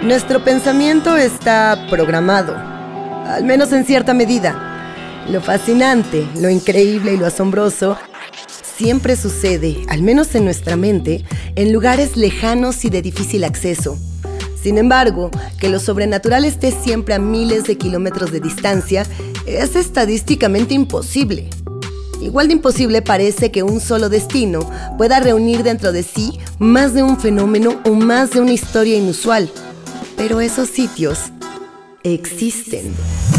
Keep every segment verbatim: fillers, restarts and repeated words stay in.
Nuestro pensamiento está programado, al menos en cierta medida. Lo fascinante, lo increíble y lo asombroso siempre sucede, al menos en nuestra mente, en lugares lejanos y de difícil acceso. Sin embargo, que lo sobrenatural esté siempre a miles de kilómetros de distancia es estadísticamente imposible. Igual de imposible parece que un solo destino pueda reunir dentro de sí más de un fenómeno o más de una historia inusual. Pero esos sitios existen.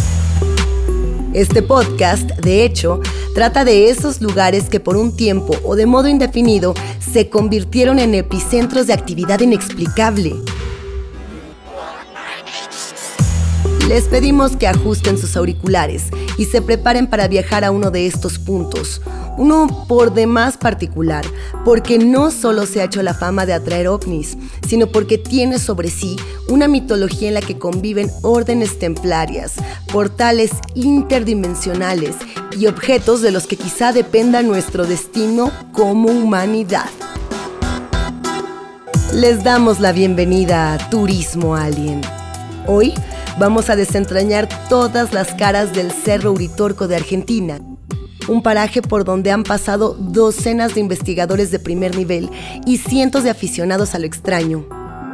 Este podcast, de hecho, trata de esos lugares que por un tiempo o de modo indefinido se convirtieron en epicentros de actividad inexplicable. Les pedimos que ajusten sus auriculares y se preparen para viajar a uno de estos puntos, uno por demás particular, porque no solo se ha hecho la fama de atraer ovnis, sino porque tiene sobre sí una mitología en la que conviven órdenes templarias, portales interdimensionales y objetos de los que quizá dependa nuestro destino como humanidad. Les damos la bienvenida a Turismo Alien. Hoy vamos a desentrañar todas las caras del Cerro Uritorco de Argentina, un paraje por donde han pasado docenas de investigadores de primer nivel y cientos de aficionados a lo extraño.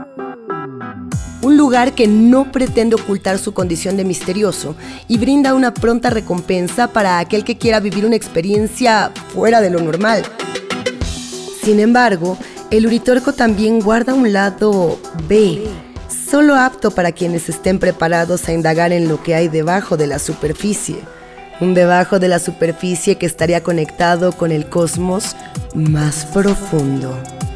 Un lugar que no pretende ocultar su condición de misterioso y brinda una pronta recompensa para aquel que quiera vivir una experiencia fuera de lo normal. Sin embargo, el Uritorco también guarda un lado B, solo apto para quienes estén preparados a indagar en lo que hay debajo de la superficie. Un debajo de la superficie que estaría conectado con el cosmos más profundo.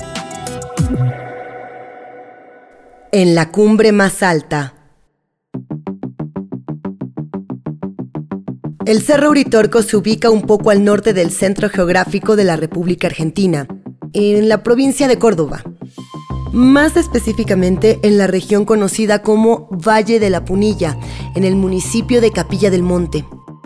En la cumbre más alta. El Cerro Uritorco se ubica un poco al norte del centro geográfico de la República Argentina, en la provincia de Córdoba. Más específicamente en la región conocida como Valle de la Punilla, en el municipio de Capilla del Monte.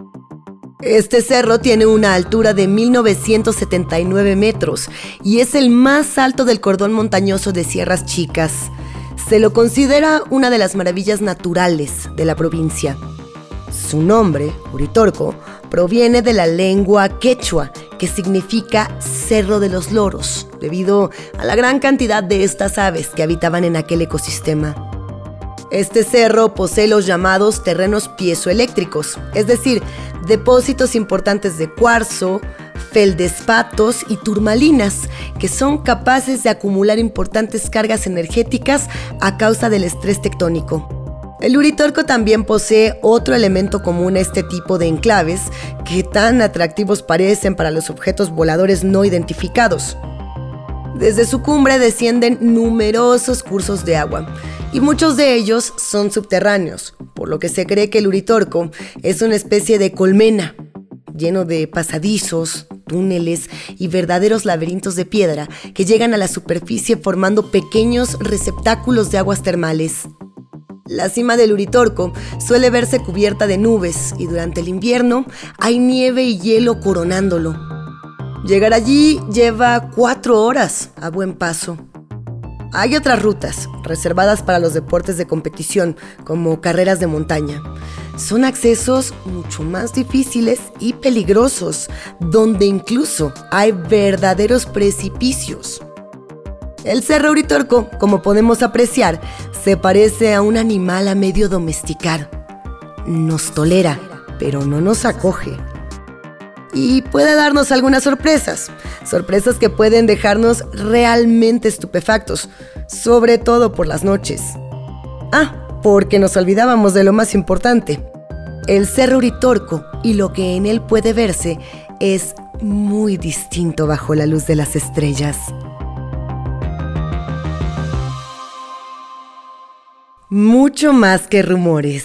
Este cerro tiene una altura de mil novecientos setenta y nueve metros y es el más alto del cordón montañoso de Sierras Chicas. Se lo considera una de las maravillas naturales de la provincia. Su nombre, Uritorco, proviene de la lengua quechua, que significa Cerro de los Loros, debido a la gran cantidad de estas aves que habitaban en aquel ecosistema. Este cerro posee los llamados terrenos piezoeléctricos, es decir, depósitos importantes de cuarzo, feldespatos y turmalinas, que son capaces de acumular importantes cargas energéticas a causa del estrés tectónico. El Uritorco también posee otro elemento común a este tipo de enclaves que tan atractivos parecen para los objetos voladores no identificados. Desde su cumbre descienden numerosos cursos de agua y muchos de ellos son subterráneos, por lo que se cree que el Uritorco es una especie de colmena, lleno de pasadizos, túneles y verdaderos laberintos de piedra que llegan a la superficie formando pequeños receptáculos de aguas termales. La cima del Uritorco suele verse cubierta de nubes y durante el invierno hay nieve y hielo coronándolo. Llegar allí lleva cuatro horas a buen paso. Hay otras rutas reservadas para los deportes de competición, como carreras de montaña. Son accesos mucho más difíciles y peligrosos, donde incluso hay verdaderos precipicios. El Cerro Uritorco, como podemos apreciar, se parece a un animal a medio domesticar. Nos tolera, pero no nos acoge. Y puede darnos algunas sorpresas, sorpresas que pueden dejarnos realmente estupefactos, sobre todo por las noches. Ah, porque nos olvidábamos de lo más importante. El Cerro Uritorco y lo que en él puede verse es muy distinto bajo la luz de las estrellas. Mucho más que rumores.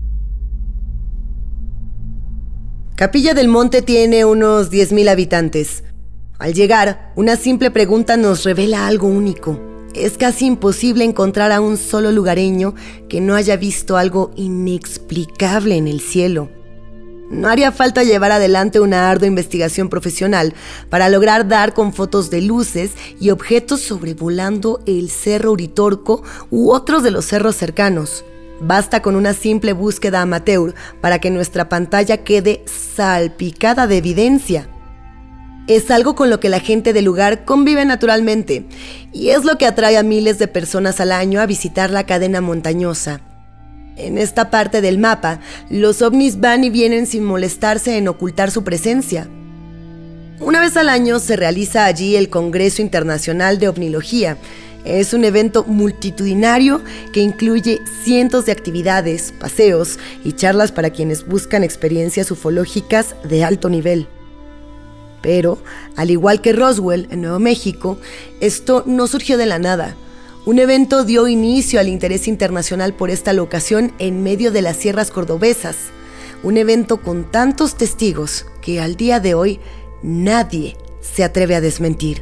Capilla del Monte tiene unos diez mil habitantes. Al llegar, una simple pregunta nos revela algo único. Es casi imposible encontrar a un solo lugareño que no haya visto algo inexplicable en el cielo. No haría falta llevar adelante una ardua investigación profesional para lograr dar con fotos de luces y objetos sobrevolando el Cerro Uritorco u otros de los cerros cercanos. Basta con una simple búsqueda amateur para que nuestra pantalla quede salpicada de evidencia. Es algo con lo que la gente del lugar convive naturalmente y es lo que atrae a miles de personas al año a visitar la cadena montañosa. En esta parte del mapa, los ovnis van y vienen sin molestarse en ocultar su presencia. Una vez al año se realiza allí el Congreso Internacional de Ovnilogía. Es un evento multitudinario que incluye cientos de actividades, paseos y charlas para quienes buscan experiencias ufológicas de alto nivel. Pero, al igual que Roswell, en Nuevo México, esto no surgió de la nada. Un evento dio inicio al interés internacional por esta locación en medio de las sierras cordobesas. Un evento con tantos testigos que al día de hoy nadie se atreve a desmentir.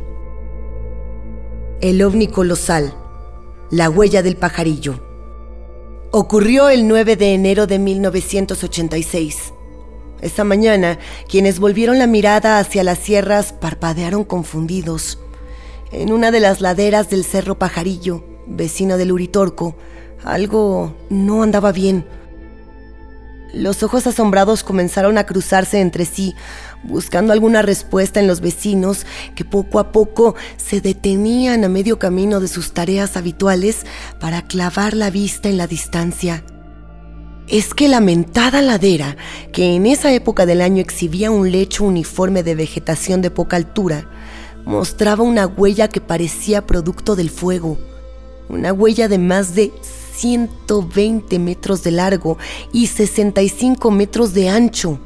El ovni colosal, la huella del pajarillo. Ocurrió el nueve de enero de mil novecientos ochenta y seis. Esa mañana, quienes volvieron la mirada hacia las sierras parpadearon confundidos. En una de las laderas del Cerro Pajarillo, vecino del Uritorco, algo no andaba bien. Los ojos asombrados comenzaron a cruzarse entre sí, buscando alguna respuesta en los vecinos que poco a poco se detenían a medio camino de sus tareas habituales para clavar la vista en la distancia. Es que la mentada ladera, que en esa época del año exhibía un lecho uniforme de vegetación de poca altura, mostraba una huella que parecía producto del fuego, una huella de más de ciento veinte metros de largo y sesenta y cinco metros de ancho.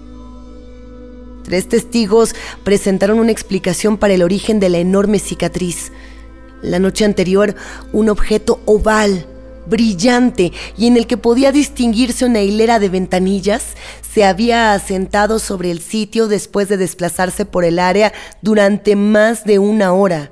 Tres testigos presentaron una explicación para el origen de la enorme cicatriz. La noche anterior, un objeto oval, brillante y en el que podía distinguirse una hilera de ventanillas, se había asentado sobre el sitio después de desplazarse por el área durante más de una hora.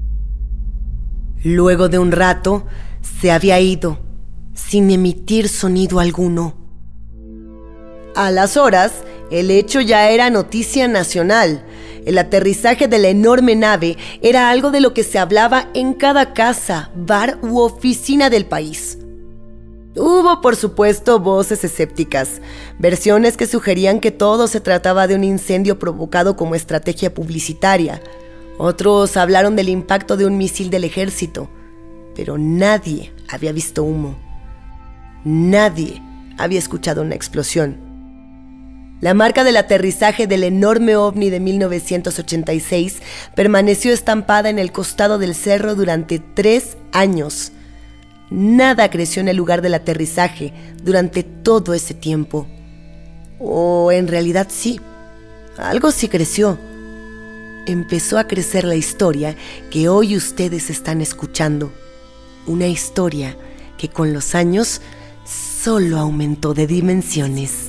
Luego de un rato, se había ido, sin emitir sonido alguno. A las horas, el hecho ya era noticia nacional. El aterrizaje de la enorme nave era algo de lo que se hablaba en cada casa, bar u oficina del país. Hubo, por supuesto, voces escépticas, versiones que sugerían que todo se trataba de un incendio provocado como estrategia publicitaria. Otros hablaron del impacto de un misil del ejército, pero nadie había visto humo. Nadie había escuchado una explosión. La marca del aterrizaje del enorme ovni de mil novecientos ochenta y seis permaneció estampada en el costado del cerro durante tres años. Nada creció en el lugar del aterrizaje durante todo ese tiempo. O en realidad sí, algo sí creció. Empezó a crecer la historia que hoy ustedes están escuchando. Una historia que con los años solo aumentó de dimensiones.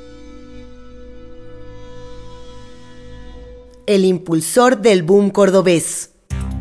El impulsor del boom cordobés.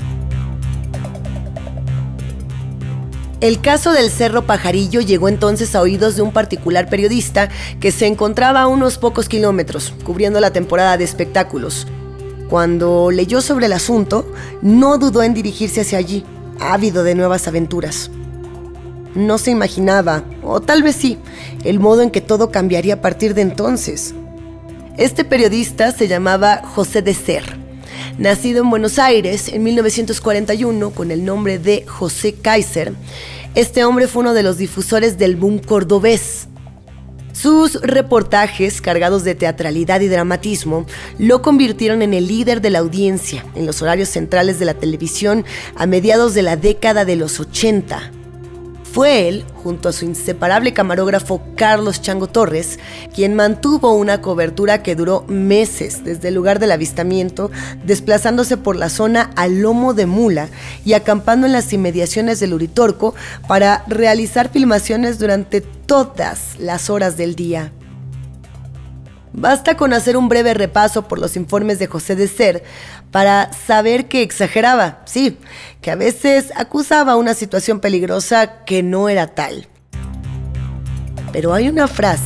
El caso del Cerro Pajarillo llegó entonces a oídos de un particular periodista que se encontraba a unos pocos kilómetros, cubriendo la temporada de espectáculos. Cuando leyó sobre el asunto, no dudó en dirigirse hacia allí, ávido de nuevas aventuras. No se imaginaba, o tal vez sí, el modo en que todo cambiaría a partir de entonces. Este periodista se llamaba José de Ser. Nacido en Buenos Aires en mil novecientos cuarenta y uno con el nombre de José Kaiser, este hombre fue uno de los difusores del boom cordobés. Sus reportajes, cargados de teatralidad y dramatismo, lo convirtieron en el líder de la audiencia en los horarios centrales de la televisión a mediados de la década de los ochenta. Fue él, junto a su inseparable camarógrafo Carlos Chango Torres, quien mantuvo una cobertura que duró meses desde el lugar del avistamiento, desplazándose por la zona a lomo de mula y acampando en las inmediaciones del Uritorco para realizar filmaciones durante todas las horas del día. Basta con hacer un breve repaso por los informes de José de Ser para saber que exageraba, sí, que a veces acusaba una situación peligrosa que no era tal. Pero hay una frase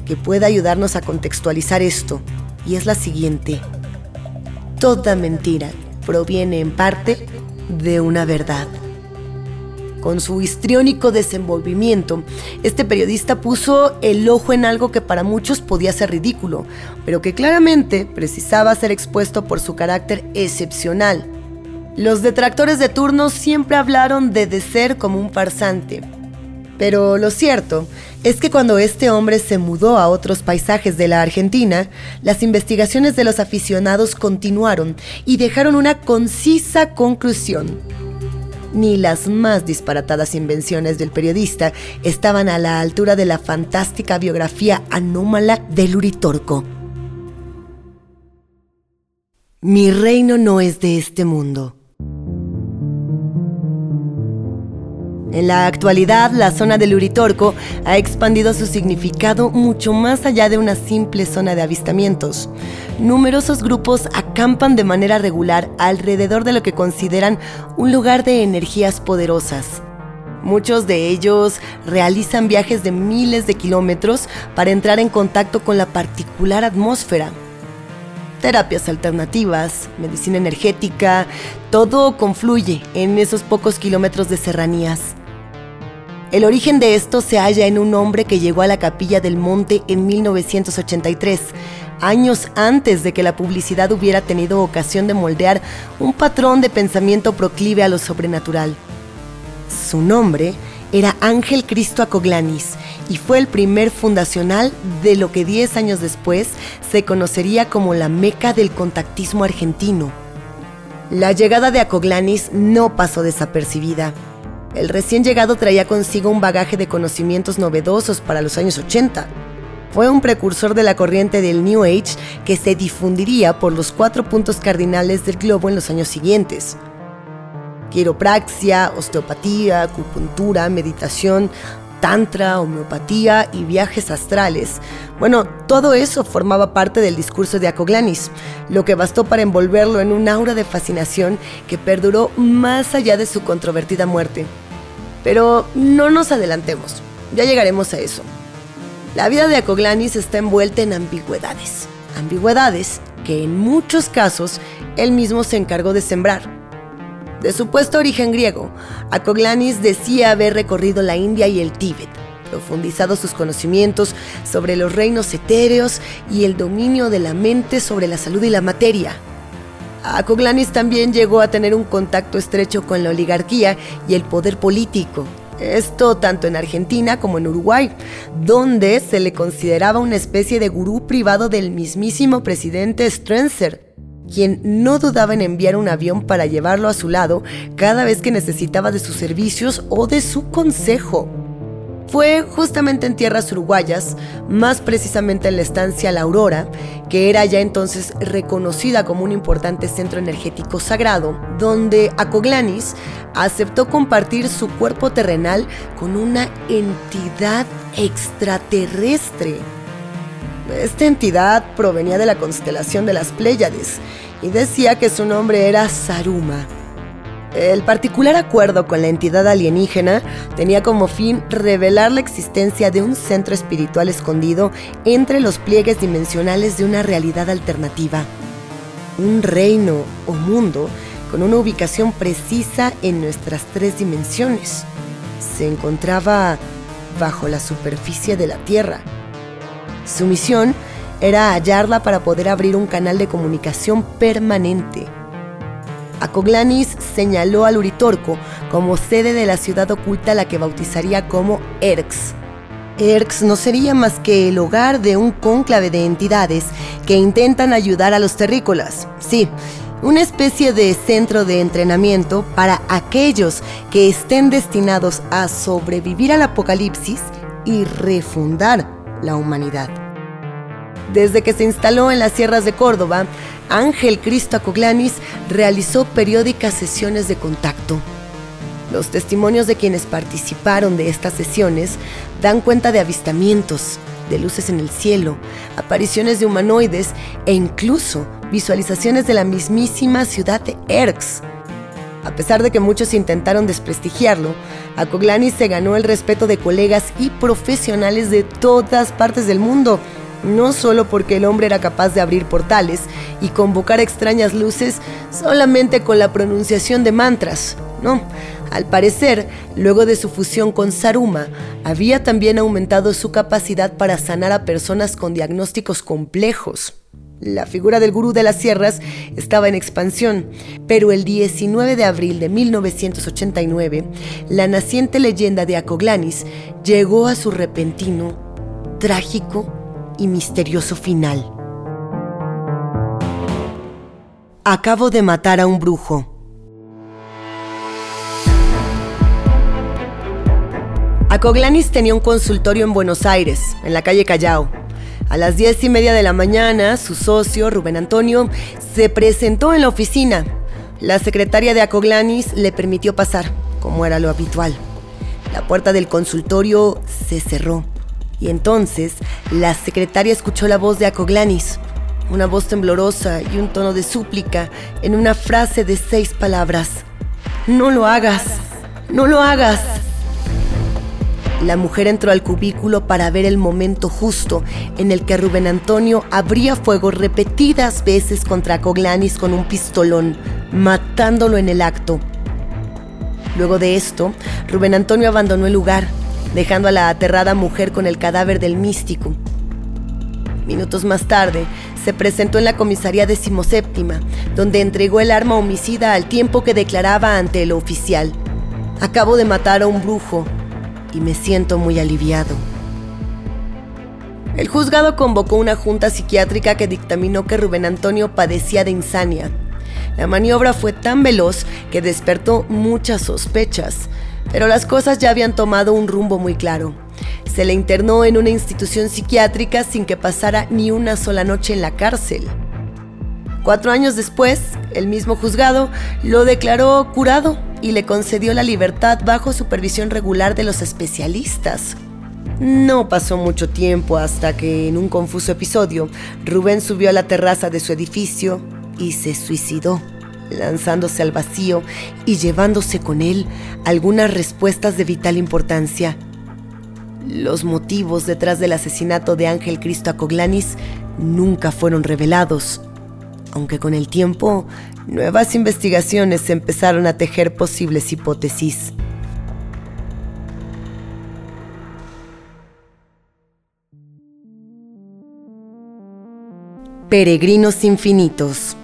que puede ayudarnos a contextualizar esto, y es la siguiente. Toda mentira proviene en parte de una verdad. Con su histriónico desenvolvimiento, este periodista puso el ojo en algo que para muchos podía ser ridículo, pero que claramente precisaba ser expuesto por su carácter excepcional. Los detractores de turno siempre hablaron de De Ser como un farsante. Pero lo cierto es que cuando este hombre se mudó a otros paisajes de la Argentina, las investigaciones de los aficionados continuaron y dejaron una concisa conclusión. Ni las más disparatadas invenciones del periodista estaban a la altura de la fantástica biografía anómala del Uritorco. Mi reino no es de este mundo. En la actualidad, la zona del Uritorco ha expandido su significado mucho más allá de una simple zona de avistamientos. Numerosos grupos acampan de manera regular alrededor de lo que consideran un lugar de energías poderosas. Muchos de ellos realizan viajes de miles de kilómetros para entrar en contacto con la particular atmósfera. Terapias alternativas, medicina energética, todo confluye en esos pocos kilómetros de serranías. El origen de esto se halla en un hombre que llegó a la Capilla del Monte en mil novecientos ochenta y tres, años antes de que la publicidad hubiera tenido ocasión de moldear un patrón de pensamiento proclive a lo sobrenatural. Su nombre era Ángel Cristo Acoglanis y fue el primer fundacional de lo que diez años después se conocería como la Meca del contactismo argentino. La llegada de Acoglanis no pasó desapercibida. El recién llegado traía consigo un bagaje de conocimientos novedosos para los años ochenta. Fue un precursor de la corriente del New Age que se difundiría por los cuatro puntos cardinales del globo en los años siguientes. Quiropraxia, osteopatía, acupuntura, meditación, tantra, homeopatía y viajes astrales. Bueno, todo eso formaba parte del discurso de Acoglanis, lo que bastó para envolverlo en un aura de fascinación que perduró más allá de su controvertida muerte. Pero no nos adelantemos, ya llegaremos a eso. La vida de Acoglanis está envuelta en ambigüedades, ambigüedades que en muchos casos él mismo se encargó de sembrar. De supuesto origen griego, Acoglanis decía haber recorrido la India y el Tíbet, profundizado sus conocimientos sobre los reinos etéreos y el dominio de la mente sobre la salud y la materia. Acoglanis también llegó a tener un contacto estrecho con la oligarquía y el poder político. Esto tanto en Argentina como en Uruguay, donde se le consideraba una especie de gurú privado del mismísimo presidente Stroessner, quien no dudaba en enviar un avión para llevarlo a su lado cada vez que necesitaba de sus servicios o de su consejo. Fue justamente en tierras uruguayas, más precisamente en la estancia La Aurora, que era ya entonces reconocida como un importante centro energético sagrado, donde Acoglanis aceptó compartir su cuerpo terrenal con una entidad extraterrestre. Esta entidad provenía de la constelación de las Pléyades y decía que su nombre era Saruma. El particular acuerdo con la entidad alienígena tenía como fin revelar la existencia de un centro espiritual escondido entre los pliegues dimensionales de una realidad alternativa. Un reino o mundo con una ubicación precisa en nuestras tres dimensiones. Se encontraba bajo la superficie de la Tierra. Su misión era hallarla para poder abrir un canal de comunicación permanente. Acoglanis señaló al Uritorco como sede de la ciudad oculta a la que bautizaría como Erx. Erx no sería más que el hogar de un cónclave de entidades que intentan ayudar a los terrícolas. Sí, una especie de centro de entrenamiento para aquellos que estén destinados a sobrevivir al apocalipsis y refundar la humanidad. Desde que se instaló en las sierras de Córdoba, Ángel Cristo Acoglanis realizó periódicas sesiones de contacto. Los testimonios de quienes participaron de estas sesiones dan cuenta de avistamientos, de luces en el cielo, apariciones de humanoides e incluso visualizaciones de la mismísima ciudad de Erx. A pesar de que muchos intentaron desprestigiarlo, Acoglanis se ganó el respeto de colegas y profesionales de todas partes del mundo, no solo porque el hombre era capaz de abrir portales y convocar extrañas luces solamente con la pronunciación de mantras, no. Al parecer, luego de su fusión con Saruma, había también aumentado su capacidad para sanar a personas con diagnósticos complejos. La figura del gurú de las sierras estaba en expansión, pero el diecinueve de abril de mil novecientos ochenta y nueve, la naciente leyenda de Acoglanis llegó a su repentino, trágico y misterioso final. Acabo de matar a un brujo. Acoglanis tenía un consultorio en Buenos Aires, en la calle Callao. A las diez y media de la mañana, su socio, Rubén Antonio, se presentó en la oficina. La secretaria de Acoglanis le permitió pasar, como era lo habitual. La puerta del consultorio se cerró y entonces la secretaria escuchó la voz de Acoglanis, una voz temblorosa y un tono de súplica en una frase de seis palabras. «No lo hagas, no lo hagas». La mujer entró al cubículo para ver el momento justo en el que Rubén Antonio abría fuego repetidas veces contra Acoglanis con un pistolón, matándolo en el acto. Luego de esto, Rubén Antonio abandonó el lugar, dejando a la aterrada mujer con el cadáver del místico. Minutos más tarde, se presentó en la comisaría decimoséptima, donde entregó el arma homicida al tiempo que declaraba ante el oficial: «Acabo de matar a un brujo y me siento muy aliviado». El juzgado convocó una junta psiquiátrica que dictaminó que Rubén Antonio padecía de insania. La maniobra fue tan veloz que despertó muchas sospechas, pero las cosas ya habían tomado un rumbo muy claro. Se le internó en una institución psiquiátrica sin que pasara ni una sola noche en la cárcel. Cuatro años después, el mismo juzgado lo declaró curado y le concedió la libertad bajo supervisión regular de los especialistas. No pasó mucho tiempo hasta que, en un confuso episodio, Rubén subió a la terraza de su edificio y se suicidó, lanzándose al vacío y llevándose con él algunas respuestas de vital importancia. Los motivos detrás del asesinato de Ángel Cristo Acoglanis nunca fueron revelados, aunque con el tiempo nuevas investigaciones empezaron a tejer posibles hipótesis. Peregrinos infinitos.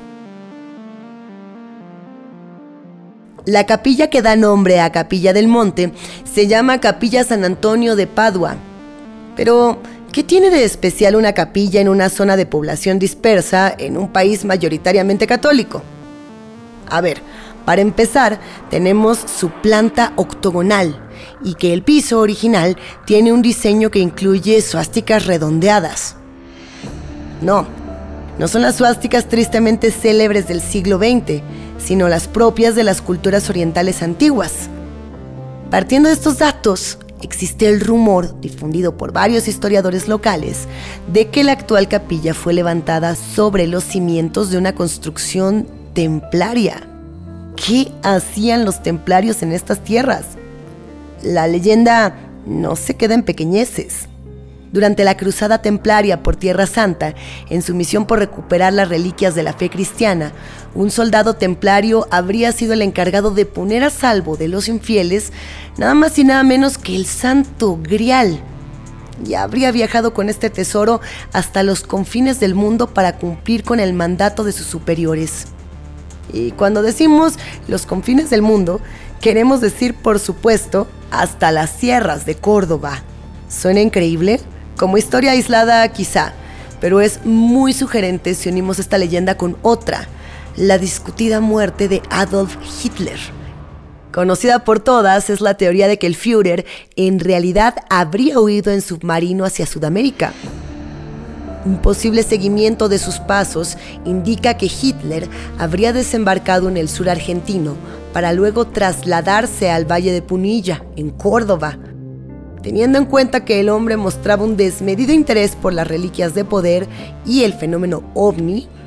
La capilla que da nombre a Capilla del Monte se llama Capilla San Antonio de Padua. Pero, ¿qué tiene de especial una capilla en una zona de población dispersa en un país mayoritariamente católico? A ver, para empezar, tenemos su planta octogonal y que el piso original tiene un diseño que incluye suásticas redondeadas. No, no son las suásticas tristemente célebres del siglo veinte, sino las propias de las culturas orientales antiguas. Partiendo de estos datos, existe el rumor, difundido por varios historiadores locales, de que la actual capilla fue levantada sobre los cimientos de una construcción templaria. ¿Qué hacían los templarios en estas tierras? La leyenda no se queda en pequeñeces. Durante la cruzada templaria por Tierra Santa, en su misión por recuperar las reliquias de la fe cristiana, un soldado templario habría sido el encargado de poner a salvo de los infieles nada más y nada menos que el Santo Grial, y habría viajado con este tesoro hasta los confines del mundo para cumplir con el mandato de sus superiores. Y cuando decimos los confines del mundo, queremos decir, por supuesto, hasta las sierras de Córdoba. ¿Suena increíble? Como historia aislada quizá, pero es muy sugerente si unimos esta leyenda con otra, la discutida muerte de Adolf Hitler. Conocida por todas es la teoría de que el Führer en realidad habría huido en submarino hacia Sudamérica. Un posible seguimiento de sus pasos indica que Hitler habría desembarcado en el sur argentino para luego trasladarse al Valle de Punilla, en Córdoba. Teniendo en cuenta que el hombre mostraba un desmedido interés por las reliquias de poder y el fenómeno ovni,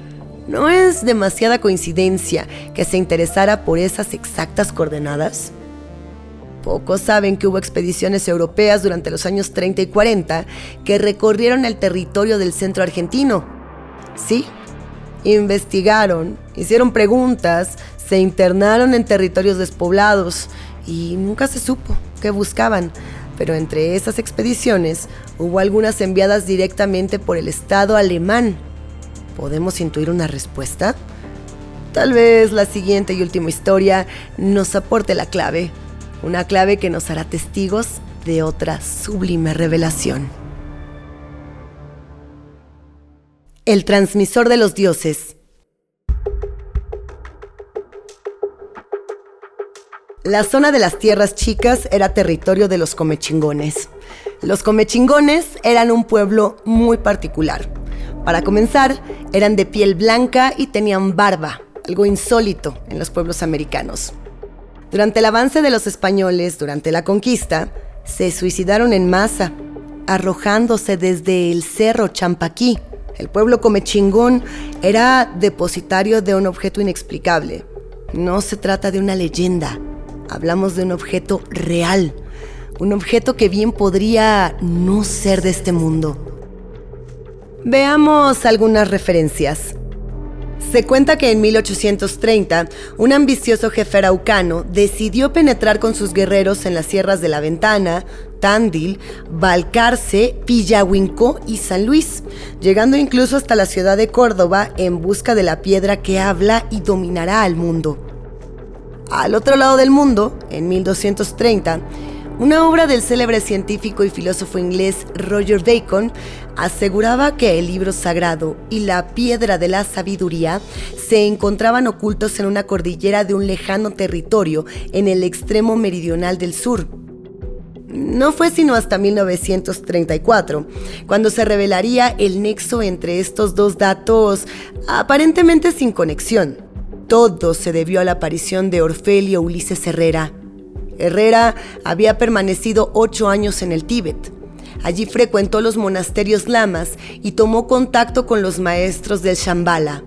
¿No es demasiada coincidencia que se interesara por esas exactas coordenadas? Pocos saben que hubo expediciones europeas durante los años treinta y cuarenta que recorrieron el territorio del centro argentino. Sí, investigaron, hicieron preguntas, se internaron en territorios despoblados y nunca se supo qué buscaban. Pero entre esas expediciones hubo algunas enviadas directamente por el Estado alemán. ¿Podemos intuir una respuesta? Tal vez la siguiente y última historia nos aporte la clave. Una clave que nos hará testigos de otra sublime revelación. El transmisor de los dioses. La zona de las Tierras Chicas era territorio de los comechingones. Los comechingones eran un pueblo muy particular. Para comenzar, eran de piel blanca y tenían barba, algo insólito en los pueblos americanos. Durante el avance de los españoles, durante la conquista, se suicidaron en masa, arrojándose desde el Cerro Champaquí. El pueblo comechingón era depositario de un objeto inexplicable. No se trata de una leyenda, hablamos de un objeto real, un objeto que bien podría no ser de este mundo. Veamos algunas referencias. Se cuenta que en mil ochocientos treinta, un ambicioso jefe araucano decidió penetrar con sus guerreros en las sierras de La Ventana, Tandil, Balcarce, Pillahuinco y San Luis, llegando incluso hasta la ciudad de Córdoba en busca de la piedra que habla y dominará al mundo. Al otro lado del mundo, en mil doscientos treinta, una obra del célebre científico y filósofo inglés Roger Bacon aseguraba que el libro sagrado y la piedra de la sabiduría se encontraban ocultos en una cordillera de un lejano territorio en el extremo meridional del sur. No fue sino hasta mil novecientos treinta y cuatro, cuando se revelaría el nexo entre estos dos datos aparentemente sin conexión. Todo se debió a la aparición de Orfelio Ulises Herrera. Herrera había permanecido ocho años en el Tíbet. Allí frecuentó los monasterios lamas y tomó contacto con los maestros del Shambhala.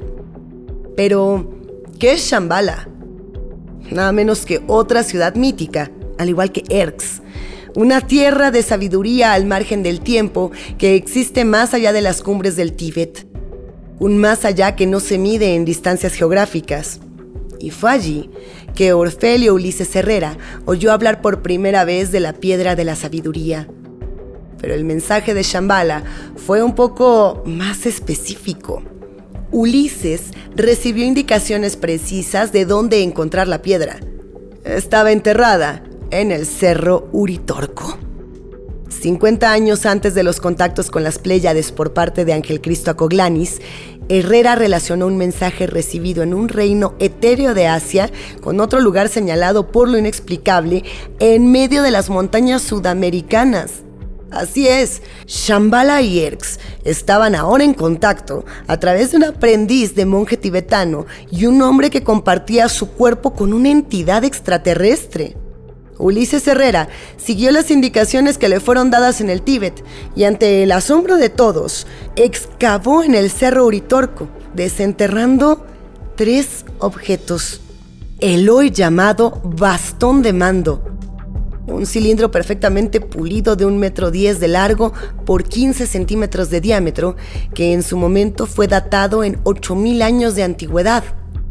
Pero, ¿qué es Shambhala? Nada menos que otra ciudad mítica, al igual que Erx, una tierra de sabiduría al margen del tiempo que existe más allá de las cumbres del Tíbet. Un más allá que no se mide en distancias geográficas. Y fue allí que Orfelio Ulises Herrera oyó hablar por primera vez de la piedra de la sabiduría. Pero el mensaje de Shambhala fue un poco más específico. Ulises recibió indicaciones precisas de dónde encontrar la piedra. Estaba enterrada en el Cerro Uritorco. cincuenta años antes de los contactos con las Pléyades por parte de Ángel Cristo Acoglanis, Herrera relacionó un mensaje recibido en un reino etéreo de Asia con otro lugar señalado por lo inexplicable en medio de las montañas sudamericanas. Así es, Shambhala y Erx estaban ahora en contacto a través de un aprendiz de monje tibetano y un hombre que compartía su cuerpo con una entidad extraterrestre. Ulises Herrera siguió las indicaciones que le fueron dadas en el Tíbet y ante el asombro de todos, excavó en el Cerro Uritorco, desenterrando tres objetos. El hoy llamado bastón de mando, un cilindro perfectamente pulido de un metro diez de largo por quince centímetros de diámetro, que en su momento fue datado en ocho mil años de antigüedad.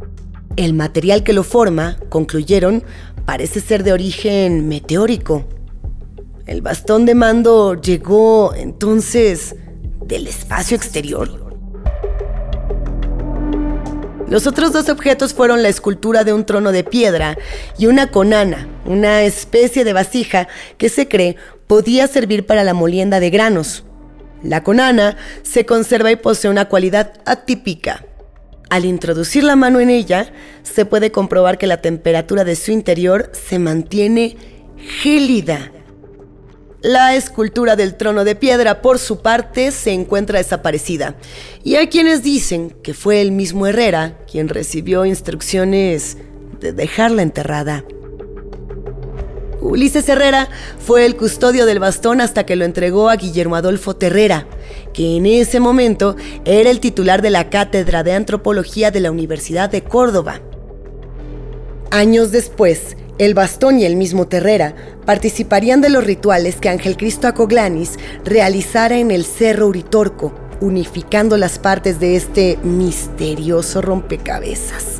El material que lo forma, concluyeron, parece ser de origen meteórico. El bastón de mando llegó, entonces, del espacio exterior. Los otros dos objetos fueron la escultura de un trono de piedra y una conana, una especie de vasija que se cree podía servir para la molienda de granos. La conana se conserva y posee una cualidad atípica. Al introducir la mano en ella, se puede comprobar que la temperatura de su interior se mantiene gélida. La escultura del trono de piedra, por su parte, se encuentra desaparecida. Y hay quienes dicen que fue el mismo Herrera quien recibió instrucciones de dejarla enterrada. Ulises Herrera fue el custodio del bastón hasta que lo entregó a Guillermo Adolfo Terrera, que en ese momento era el titular de la Cátedra de Antropología de la Universidad de Córdoba. Años después, el Bastón y el mismo Terrera participarían de los rituales que Ángel Cristo Acoglanis realizara en el Cerro Uritorco, unificando las partes de este misterioso rompecabezas.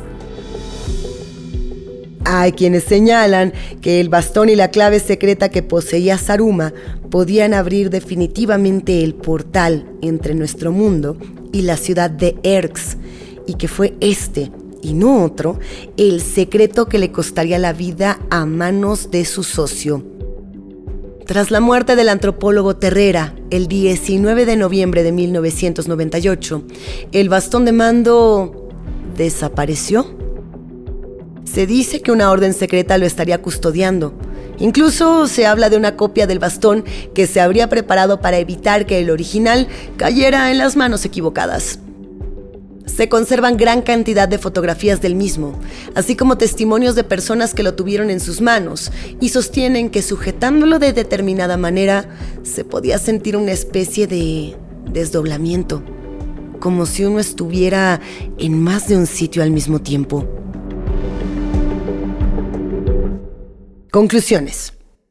Hay quienes señalan que el bastón y la clave secreta que poseía Saruma podían abrir definitivamente el portal entre nuestro mundo y la ciudad de Erx, y que fue este, y no otro, el secreto que le costaría la vida a manos de su socio. Tras la muerte del antropólogo Terrera, el diecinueve de noviembre de mil novecientos noventa y ocho, el bastón de mando desapareció. Se dice que una orden secreta lo estaría custodiando. Incluso se habla de una copia del bastón que se habría preparado para evitar que el original cayera en las manos equivocadas. Se conservan gran cantidad de fotografías del mismo, así como testimonios de personas que lo tuvieron en sus manos y sostienen que sujetándolo de determinada manera se podía sentir una especie de desdoblamiento, como si uno estuviera en más de un sitio al mismo tiempo. Conclusiones.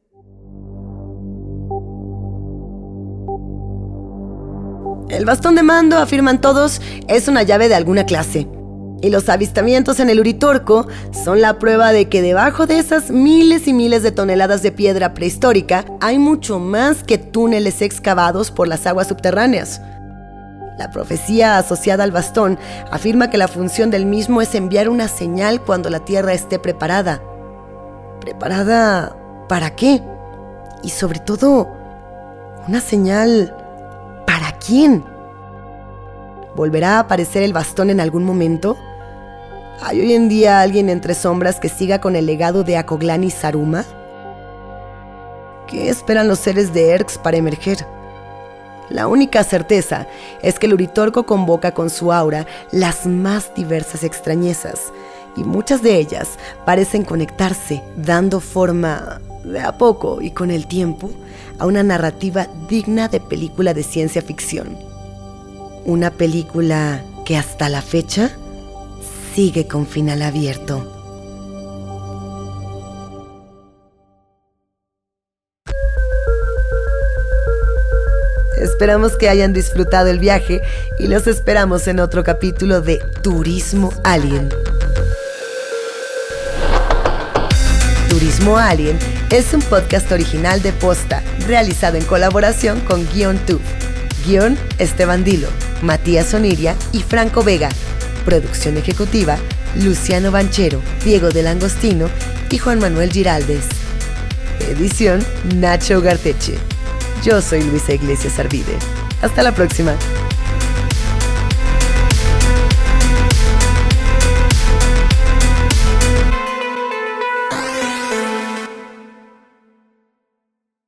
El bastón de mando, afirman todos, es una llave de alguna clase. Y los avistamientos en el Uritorco son la prueba de que debajo de esas miles y miles de toneladas de piedra prehistórica hay mucho más que túneles excavados por las aguas subterráneas. La profecía asociada al bastón afirma que la función del mismo es enviar una señal cuando la Tierra esté preparada. ¿Preparada para qué? Y sobre todo, una señal ¿para quién? ¿Volverá a aparecer el bastón en algún momento? ¿Hay hoy en día alguien entre sombras que siga con el legado de Acoglanis Saruma? ¿Qué esperan los seres de Erx para emerger? La única certeza es que el Uritorco convoca con su aura las más diversas extrañezas, y muchas de ellas parecen conectarse, dando forma, de a poco y con el tiempo, a una narrativa digna de película de ciencia ficción. Una película que hasta la fecha sigue con final abierto. Esperamos que hayan disfrutado el viaje y los esperamos en otro capítulo de Turismo Alien. Turismo Alien es un podcast original de Posta, realizado en colaboración con Guión Tube. Guión Esteban Dilo, Matías Oniria y Franco Vega. Producción ejecutiva Luciano Banchero, Diego del Angostino y Juan Manuel Giraldez. Edición Nacho Garteche. Yo soy Luisa Iglesias Arvide. Hasta la próxima.